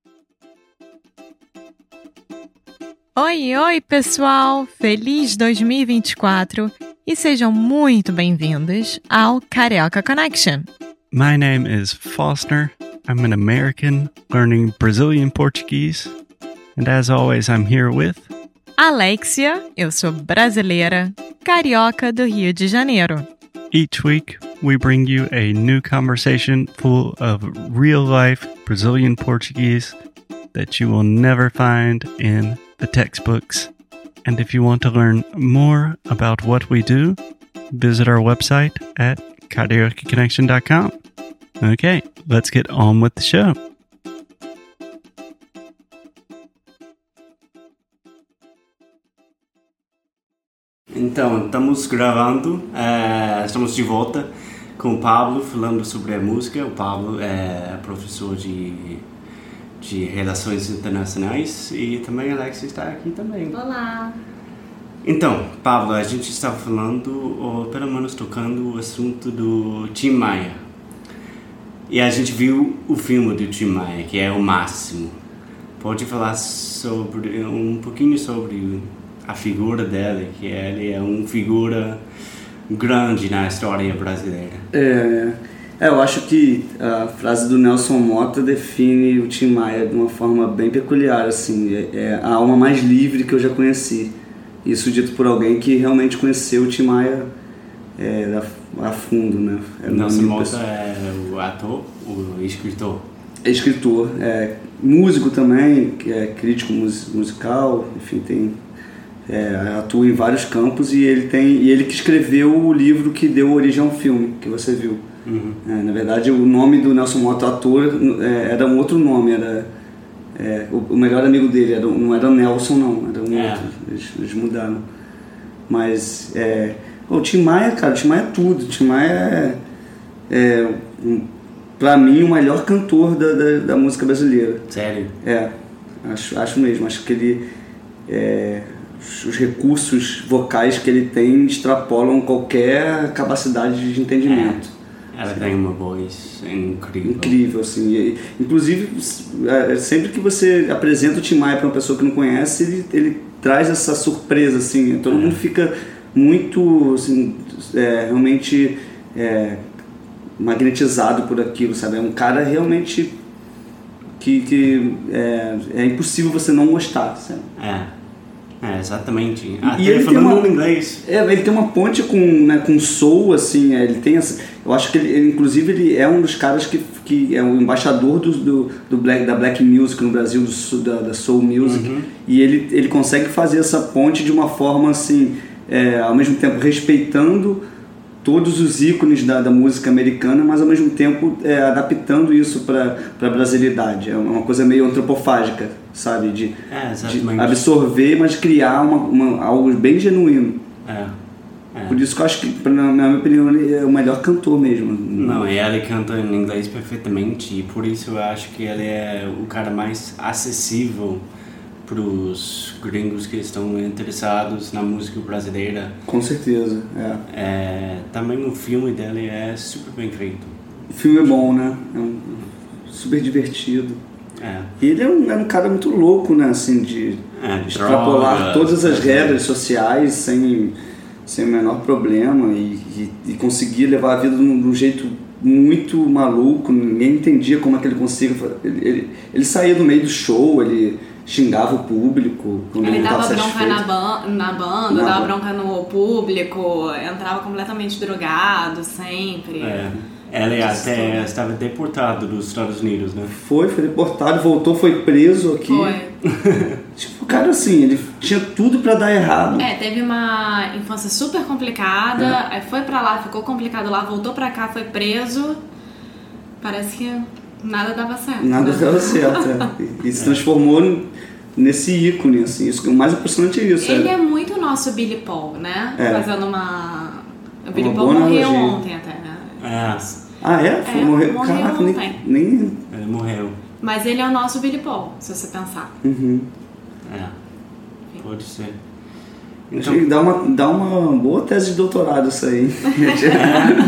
Oi, pessoal! Feliz 2024 e sejam muito bem-vindos ao Carioca Connection. My name is Foster. I'm an American learning Brazilian Portuguese. And as always, I'm here with... Alexia, eu sou brasileira, carioca do Rio de Janeiro. Each week, we bring you a new conversation full of real-life Brazilian Portuguese that you will never find in the textbooks. And if you want to learn more about what we do, visit our website at cariocaconnection.com. Okay, let's get on with the show. Então, estamos gravando, estamos de volta com o Pablo falando sobre a música. O Pablo é professor de Relações Internacionais e também a Alexia está aqui também. Olá! Então, Pablo, a gente estava falando, ou pelo menos tocando o assunto do Tim Maia. E a gente viu o filme do Tim Maia, que é o máximo. Pode falar um pouquinho sobre a figura dele, que ele é uma figura grande na história brasileira. Eu acho que a frase do Nelson Motta define o Tim Maia de uma forma bem peculiar, assim, é a alma mais livre que eu já conheci. Isso dito por alguém que realmente conheceu o Tim Maia a fundo, né? Nelson Motta é o ator, o escritor? Escritor, músico também, crítico musical, enfim, atua em vários campos e ele que escreveu o livro que deu origem ao filme que você viu. Uhum. Na verdade, o nome do Nelson Motta, ator, era um outro nome, o melhor amigo dele, não era Nelson não, era um outro, eles mudaram. Mas, o Tim Maia, cara, o Tim Maia é tudo, o Tim Maia pra mim, o melhor cantor da música brasileira. Sério? Acho mesmo, acho que ele... os recursos vocais que ele tem extrapolam qualquer capacidade de entendimento. Ela tem uma voz incrível. Incrível, assim. Inclusive, sempre que você apresenta o Tim Maia para uma pessoa que não conhece, ele traz essa surpresa, assim. Todo mundo fica muito, assim, realmente magnetizado por aquilo, sabe? É um cara realmente que é impossível você não gostar, sabe? Exatamente. E ele falando em inglês. Ele tem uma ponte com soul, assim, ele tem eu acho que ele, inclusive, ele é um dos caras que é o embaixador da Black Music no Brasil, da Soul Music. Uhum. E ele consegue fazer essa ponte de uma forma, assim, ao mesmo tempo respeitando todos os ícones da música americana, mas ao mesmo tempo adaptando isso para a brasilidade. É uma coisa meio antropofágica, sabe? De absorver, mas criar algo bem genuíno. Por isso que eu acho que, na minha opinião, ele é o melhor cantor mesmo. Não, ele canta em inglês perfeitamente e por isso eu acho que ele é o cara mais acessível para os gringos que estão interessados na música brasileira. Com certeza, também o filme dele é super bem feito. O filme é bom, né? Super divertido. E ele é um cara muito louco, né? Assim, de extrapolar todas as regras sociais sem o menor problema e conseguir levar a vida de um jeito muito maluco. Ninguém entendia como é que ele conseguia. Ele saía do meio do show, ele xingava o público. Ele dava bronca na banda, dava bronca no público, entrava completamente drogado sempre. Ele até estava deportado dos Estados Unidos, né? Foi deportado, voltou, foi preso aqui. Tipo, cara, assim, ele tinha tudo pra dar errado. Teve uma infância super complicada, aí foi pra lá, ficou complicado lá, voltou pra cá, foi preso. Parece que nada dava certo. Nada dava certo, E se transformou nesse ícone, assim. Isso, o mais impressionante é isso. Ele é muito nosso Billy Paul, né? Fazendo o Billy Paul morreu ontem até, né? Morreu. Caraca, nem... Ele morreu. Mas ele é o nosso Billy Paul, se você pensar. Uhum. Pode ser. Então, dá uma boa tese de doutorado isso aí.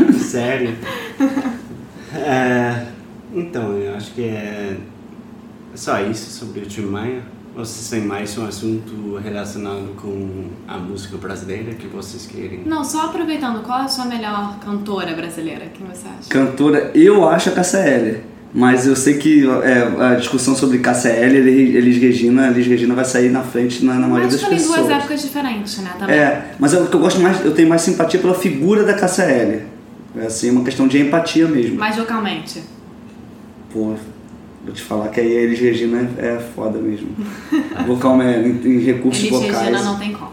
Sério? Então, eu acho que Só isso sobre o Tim Maia? Ou vocês têm mais um assunto relacionado com a música brasileira que vocês querem? Não, só aproveitando, qual é a sua melhor cantora brasileira? Quem você acha? Cantora, eu acho a Cássia Eller. Mas eu sei que a discussão sobre Cássia Eller e Elis Regina vai sair na frente na maioria das pessoas. Mas duas épocas diferentes, né? Também. Mas o que eu gosto mais, eu tenho mais simpatia pela figura da Cássia Eller. É assim, uma questão de empatia mesmo. Mais vocalmente? Pô, vou te falar que aí a Elis Regina é foda mesmo. Vocalmente, em recursos vocais. Elis Regina não tem como.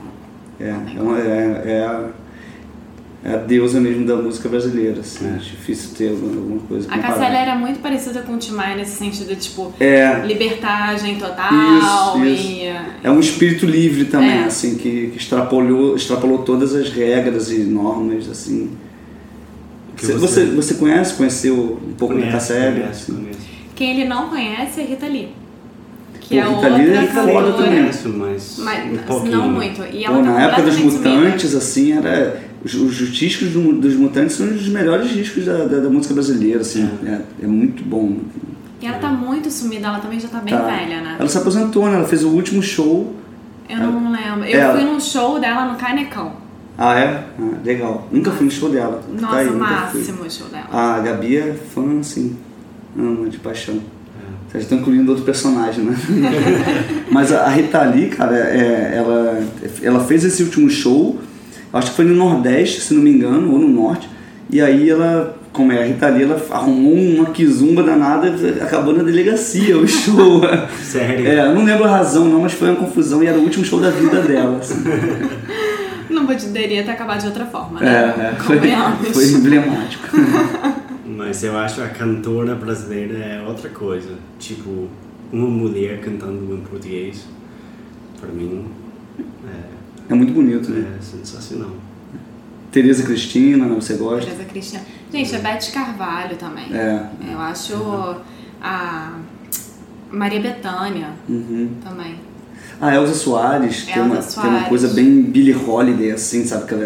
É a deusa mesmo da música brasileira, assim. É difícil ter alguma coisa comparada. A Cássia Eller era muito parecida com o Tim Maia nesse sentido, tipo, libertagem total. Isso. É um espírito livre também, assim, que extrapolou todas as regras e normas, assim. Você conheceu um pouco da Cássia Eller? Conheço. Quem ele não conhece é Rita Lee. Que Rita Lee é foda também. Mas não muito. E ela na época dos Mutantes, assim, era... Os discos dos Mutantes são os melhores discos da música brasileira, assim. É muito bom. E ela tá muito sumida, ela também já tá bem velha, né? Ela se aposentou, né? Ela fez o último show. Eu não lembro. Eu fui num show dela no Canecão. Ah, é? Legal. Nunca fui no show dela. Nossa, o máximo o show dela. A Gabi é fã, assim, ama de paixão. Vocês estão incluindo outro personagem, né? Mas a Rita Lee, cara, ela fez esse último show, acho que foi no Nordeste, se não me engano, ou no Norte, e aí ela, como é a Rita Lee, ela arrumou uma quizumba danada, acabou na delegacia o show. Sério? Eu não lembro a razão não, mas foi uma confusão e era o último show da vida dela. Assim. Não poderia ter acabado de outra forma, né? Foi emblemático. Mas eu acho que a cantora brasileira é outra coisa. Tipo, uma mulher cantando em português, para mim, é muito bonito, né? É sensacional. Tereza Cristina, né? Você gosta? Tereza Cristina. Gente, a Beth Carvalho também. Eu acho a Maria Bethânia também. A Elza Soares, tem uma coisa bem Billie Holiday, assim, sabe? Que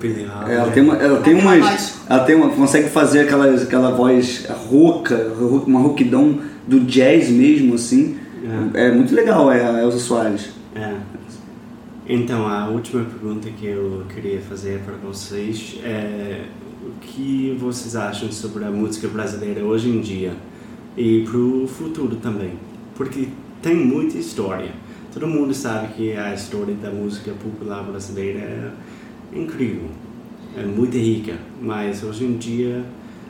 ela consegue fazer aquela voz rouca, uma rouquidão do jazz mesmo, assim. É muito legal, a Elza Soares. Então, a última pergunta que eu queria fazer para vocês é o que vocês acham sobre a música brasileira hoje em dia e para o futuro também, porque tem muita história. Todo mundo sabe que a história da música popular brasileira é incrível, é muito rica, mas hoje em dia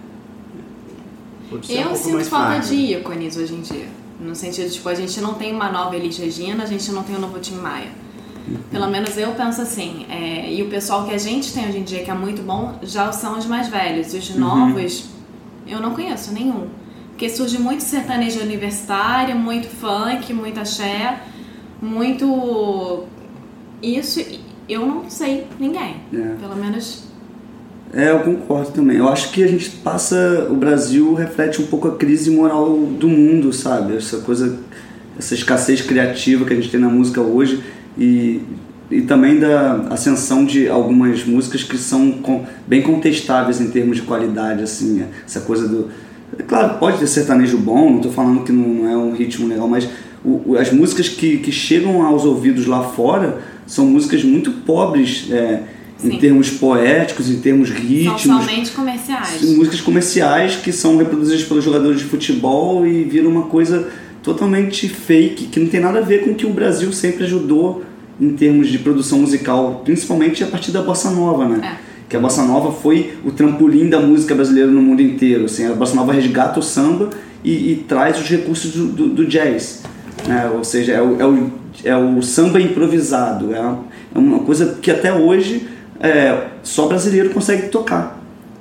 pode ser um pouco mais fraco. Eu sinto falta de ícones hoje em dia, no sentido, tipo, a gente não tem uma nova Elis Regina, a gente não tem um novo Tim Maia. Pelo menos eu penso assim, e o pessoal que a gente tem hoje em dia, que é muito bom, já são os mais velhos. Os novos, eu não conheço nenhum. Porque surge muito sertanejo universitário, muito funk, muito axé, muito... Isso, eu não sei ninguém. Pelo menos... Eu concordo também. Eu acho que a gente passa... O Brasil reflete um pouco a crise moral do mundo, sabe? Essa escassez criativa que a gente tem na música hoje. E também da ascensão de algumas músicas que são bem contestáveis em termos de qualidade, assim, essa coisa do... Claro, pode ter sertanejo bom, não estou falando que não é um ritmo legal, mas as músicas que chegam aos ouvidos lá fora são músicas muito pobres em termos poéticos, em termos ritmos. São somente comerciais. Músicas comerciais que são reproduzidas pelos jogadores de futebol e viram uma coisa totalmente fake, que não tem nada a ver com o que o Brasil sempre ajudou em termos de produção musical, principalmente a partir da Bossa Nova, né? Que a Bossa Nova foi o trampolim da música brasileira no mundo inteiro, assim. A Bossa Nova resgata o samba e traz os recursos do jazz, né? Ou seja, é o samba improvisado, é uma coisa que até hoje só brasileiro consegue tocar.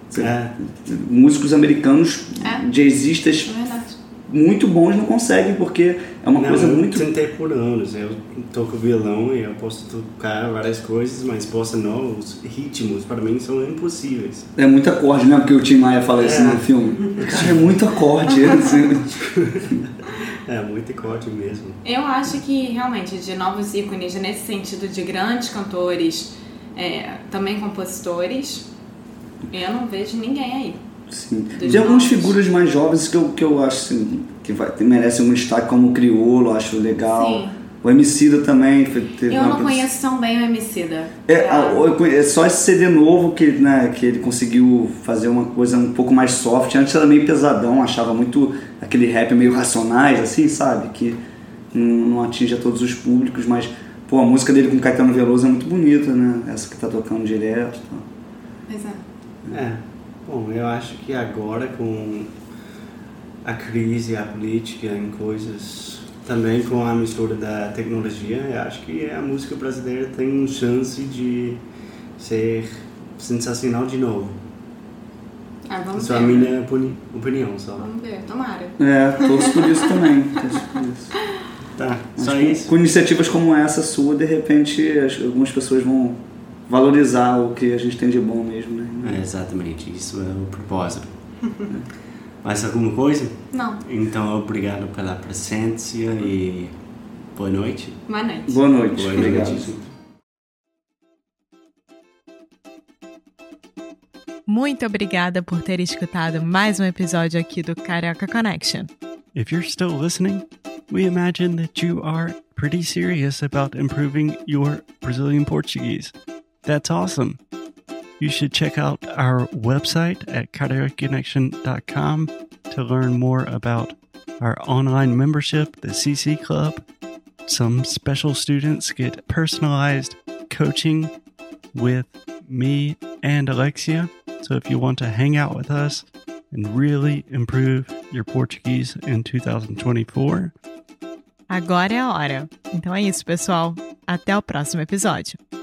Músicos americanos, jazzistas muito bons não conseguem, porque é uma coisa muito... Eu tentei por anos, eu toco violão e eu posso tocar várias coisas, mas bossa nova, os ritmos para mim são impossíveis. É muito acorde, né? Porque o Tim Maia fala isso no filme. Cara, é muito acorde. Assim. É muito acorde mesmo. Eu acho que realmente de novos ícones, nesse sentido de grandes cantores, também compositores, eu não vejo ninguém aí. Sim. Tem algumas figuras mais jovens que eu acho assim, merece um destaque, como o Criolo, acho legal. Sim. O Emicida também. Eu não conheço tão bem o Emicida. É só esse CD novo que ele conseguiu fazer uma coisa um pouco mais soft. Antes era meio pesadão, achava muito aquele rap meio Racionais, assim, sabe? Que não atinge a todos os públicos, mas pô, a música dele com Caetano Veloso é muito bonita, né? Essa que tá tocando direto. Pois é. Bom, eu acho que agora com a crise, a política em coisas, também com a mistura da tecnologia, eu acho que a música brasileira tem uma chance de ser sensacional de novo. Vamos Essa é a ver. minha opinião só. Vamos ver, tomara. Torço por isso também. Tá, Mas só isso. com iniciativas como essa sua, de repente algumas pessoas vão valorizar o que a gente tem de bom mesmo, né? Exatamente, isso é o propósito. Mais alguma coisa? Não. Então, obrigado pela presença e boa noite. Boa noite. Boa noite. Boa Obrigado. noite. Muito obrigada por ter escutado mais um episódio aqui do Carioca Connection. If you're still listening, we imagine that you are pretty serious about improving your Brazilian Portuguese. That's awesome. You should check out our website at cariocaconnection.com to learn more about our online membership, the CC Club. Some special students get personalized coaching with me and Alexia. So if you want to hang out with us and really improve your Portuguese in 2024. Agora é a hora. Então é isso, pessoal. Até o próximo episódio.